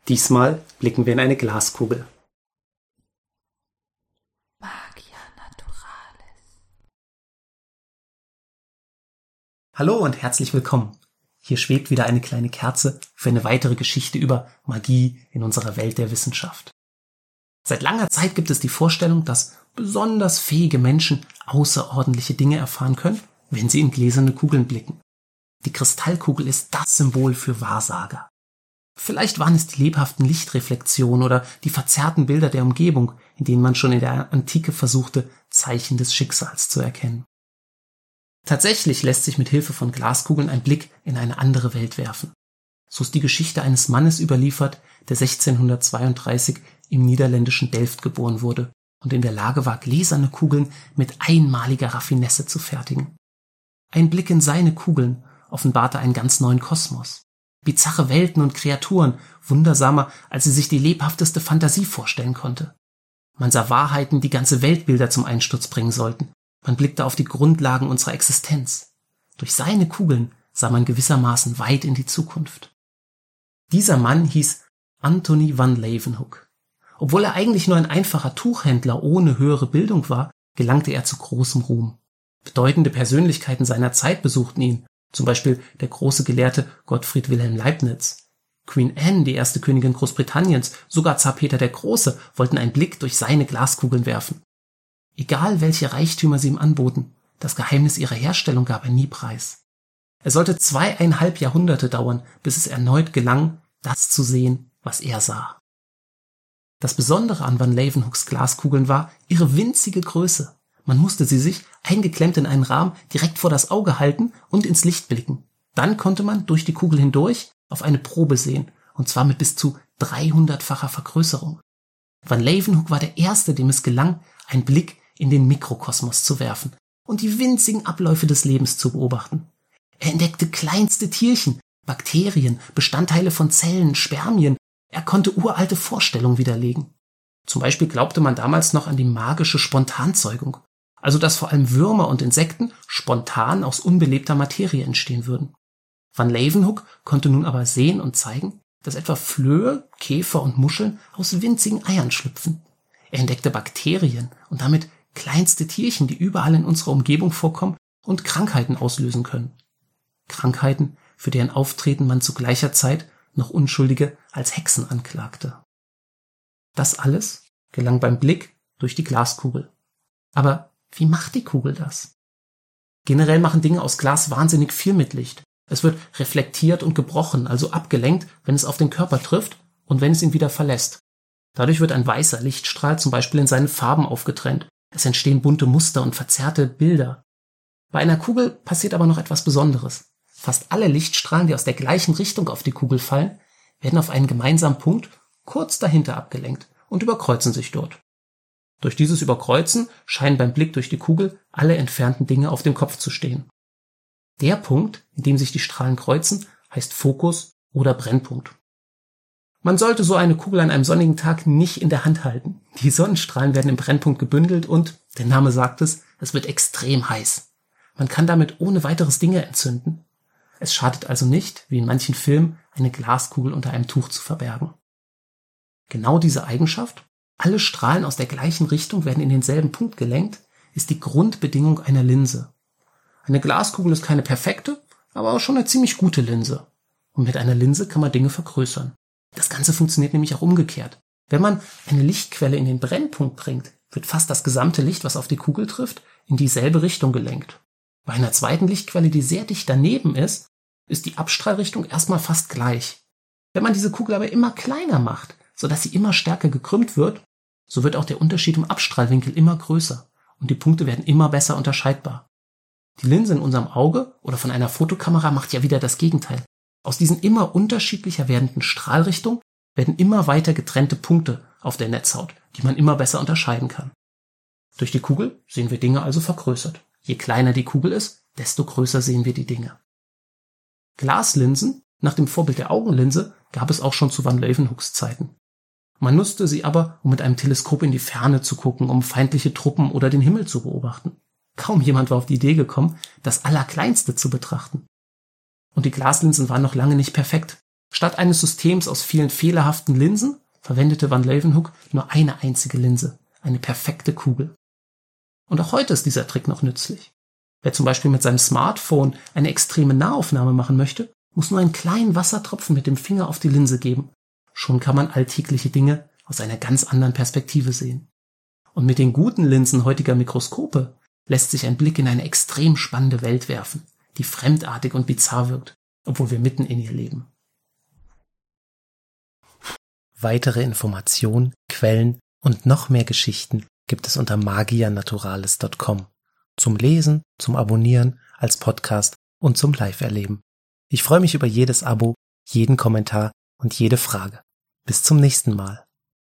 Diesmal blicken wir in eine Glaskugel. Magia Naturalis. Hallo und herzlich willkommen. Hier schwebt wieder eine kleine Kerze für eine weitere Geschichte über Magie in unserer Welt der Wissenschaft. Seit langer Zeit gibt es die Vorstellung, dass besonders fähige Menschen außerordentliche Dinge erfahren können, wenn sie in gläserne Kugeln blicken. Die Kristallkugel ist das Symbol für Wahrsager. Vielleicht waren es die lebhaften Lichtreflexionen oder die verzerrten Bilder der Umgebung, in denen man schon in der Antike versuchte, Zeichen des Schicksals zu erkennen. Tatsächlich lässt sich mit Hilfe von Glaskugeln ein Blick in eine andere Welt werfen. So ist die Geschichte eines Mannes überliefert, der 1632 im niederländischen Delft geboren wurde und in der Lage war, gläserne Kugeln mit einmaliger Raffinesse zu fertigen. Ein Blick in seine Kugeln offenbarte einen ganz neuen Kosmos. Bizarre Welten und Kreaturen, wundersamer, als sie sich die lebhafteste Fantasie vorstellen konnte. Man sah Wahrheiten, die ganze Weltbilder zum Einsturz bringen sollten. Man blickte auf die Grundlagen unserer Existenz. Durch seine Kugeln sah man gewissermaßen weit in die Zukunft. Dieser Mann hieß Antony van Leeuwenhoek. Obwohl er eigentlich nur ein einfacher Tuchhändler ohne höhere Bildung war, gelangte er zu großem Ruhm. Bedeutende Persönlichkeiten seiner Zeit besuchten ihn, zum Beispiel der große Gelehrte Gottfried Wilhelm Leibniz. Queen Anne, die erste Königin Großbritanniens, sogar Zar Peter der Große wollten einen Blick durch seine Glaskugeln werfen. Egal welche Reichtümer sie ihm anboten, das Geheimnis ihrer Herstellung gab er nie preis. Es sollte 2,5 Jahrhunderte dauern, bis es erneut gelang, das zu sehen, was er sah. Das Besondere an Van Leeuwenhoeks Glaskugeln war ihre winzige Größe. Man musste sie sich, eingeklemmt in einen Rahmen, direkt vor das Auge halten und ins Licht blicken. Dann konnte man durch die Kugel hindurch auf eine Probe sehen, und zwar mit bis zu 300-facher Vergrößerung. Van Leeuwenhoek war der Erste, dem es gelang, einen Blick in den Mikrokosmos zu werfen und die winzigen Abläufe des Lebens zu beobachten. Er entdeckte kleinste Tierchen, Bakterien, Bestandteile von Zellen, Spermien. Er konnte uralte Vorstellungen widerlegen. Zum Beispiel glaubte man damals noch an die magische Spontanzeugung, also dass vor allem Würmer und Insekten spontan aus unbelebter Materie entstehen würden. Van Leeuwenhoek konnte nun aber sehen und zeigen, dass etwa Flöhe, Käfer und Muscheln aus winzigen Eiern schlüpfen. Er entdeckte Bakterien und damit kleinste Tierchen, die überall in unserer Umgebung vorkommen und Krankheiten auslösen können. Krankheiten, für deren Auftreten man zu gleicher Zeit noch Unschuldige als Hexen anklagte. Das alles gelang beim Blick durch die Glaskugel. Aber wie macht die Kugel das? Generell machen Dinge aus Glas wahnsinnig viel mit Licht. Es wird reflektiert und gebrochen, also abgelenkt, wenn es auf den Körper trifft und wenn es ihn wieder verlässt. Dadurch wird ein weißer Lichtstrahl zum Beispiel in seinen Farben aufgetrennt. Es entstehen bunte Muster und verzerrte Bilder. Bei einer Kugel passiert aber noch etwas Besonderes. Fast alle Lichtstrahlen, die aus der gleichen Richtung auf die Kugel fallen, werden auf einen gemeinsamen Punkt kurz dahinter abgelenkt und überkreuzen sich dort. Durch dieses Überkreuzen scheinen beim Blick durch die Kugel alle entfernten Dinge auf dem Kopf zu stehen. Der Punkt, in dem sich die Strahlen kreuzen, heißt Fokus oder Brennpunkt. Man sollte so eine Kugel an einem sonnigen Tag nicht in der Hand halten. Die Sonnenstrahlen werden im Brennpunkt gebündelt und, der Name sagt es wird extrem heiß. Man kann damit ohne weiteres Dinge entzünden. Es schadet also nicht, wie in manchen Filmen, eine Glaskugel unter einem Tuch zu verbergen. Genau diese Eigenschaft, alle Strahlen aus der gleichen Richtung werden in denselben Punkt gelenkt, ist die Grundbedingung einer Linse. Eine Glaskugel ist keine perfekte, aber auch schon eine ziemlich gute Linse. Und mit einer Linse kann man Dinge vergrößern. Das Ganze funktioniert nämlich auch umgekehrt. Wenn man eine Lichtquelle in den Brennpunkt bringt, wird fast das gesamte Licht, was auf die Kugel trifft, in dieselbe Richtung gelenkt. Bei einer zweiten Lichtquelle, die sehr dicht daneben ist die Abstrahlrichtung erstmal fast gleich. Wenn man diese Kugel aber immer kleiner macht, sodass sie immer stärker gekrümmt wird, so wird auch der Unterschied im Abstrahlwinkel immer größer und die Punkte werden immer besser unterscheidbar. Die Linse in unserem Auge oder von einer Fotokamera macht ja wieder das Gegenteil. Aus diesen immer unterschiedlicher werdenden Strahlrichtungen werden immer weiter getrennte Punkte auf der Netzhaut, die man immer besser unterscheiden kann. Durch die Kugel sehen wir Dinge also vergrößert. Je kleiner die Kugel ist, desto größer sehen wir die Dinge. Glaslinsen, nach dem Vorbild der Augenlinse, gab es auch schon zu Van Leeuwenhoeks Zeiten. Man nutzte sie aber, um mit einem Teleskop in die Ferne zu gucken, um feindliche Truppen oder den Himmel zu beobachten. Kaum jemand war auf die Idee gekommen, das Allerkleinste zu betrachten. Und die Glaslinsen waren noch lange nicht perfekt. Statt eines Systems aus vielen fehlerhaften Linsen verwendete Van Leeuwenhoek nur eine einzige Linse, eine perfekte Kugel. Und auch heute ist dieser Trick noch nützlich. Wer zum Beispiel mit seinem Smartphone eine extreme Nahaufnahme machen möchte, muss nur einen kleinen Wassertropfen mit dem Finger auf die Linse geben. Schon kann man alltägliche Dinge aus einer ganz anderen Perspektive sehen. Und mit den guten Linsen heutiger Mikroskope lässt sich ein Blick in eine extrem spannende Welt werfen, die fremdartig und bizarr wirkt, obwohl wir mitten in ihr leben. Weitere Informationen, Quellen und noch mehr Geschichten gibt es unter magianaturales.com. Zum Lesen, zum Abonnieren, als Podcast und zum Live-Erleben. Ich freue mich über jedes Abo, jeden Kommentar und jede Frage. Bis zum nächsten Mal.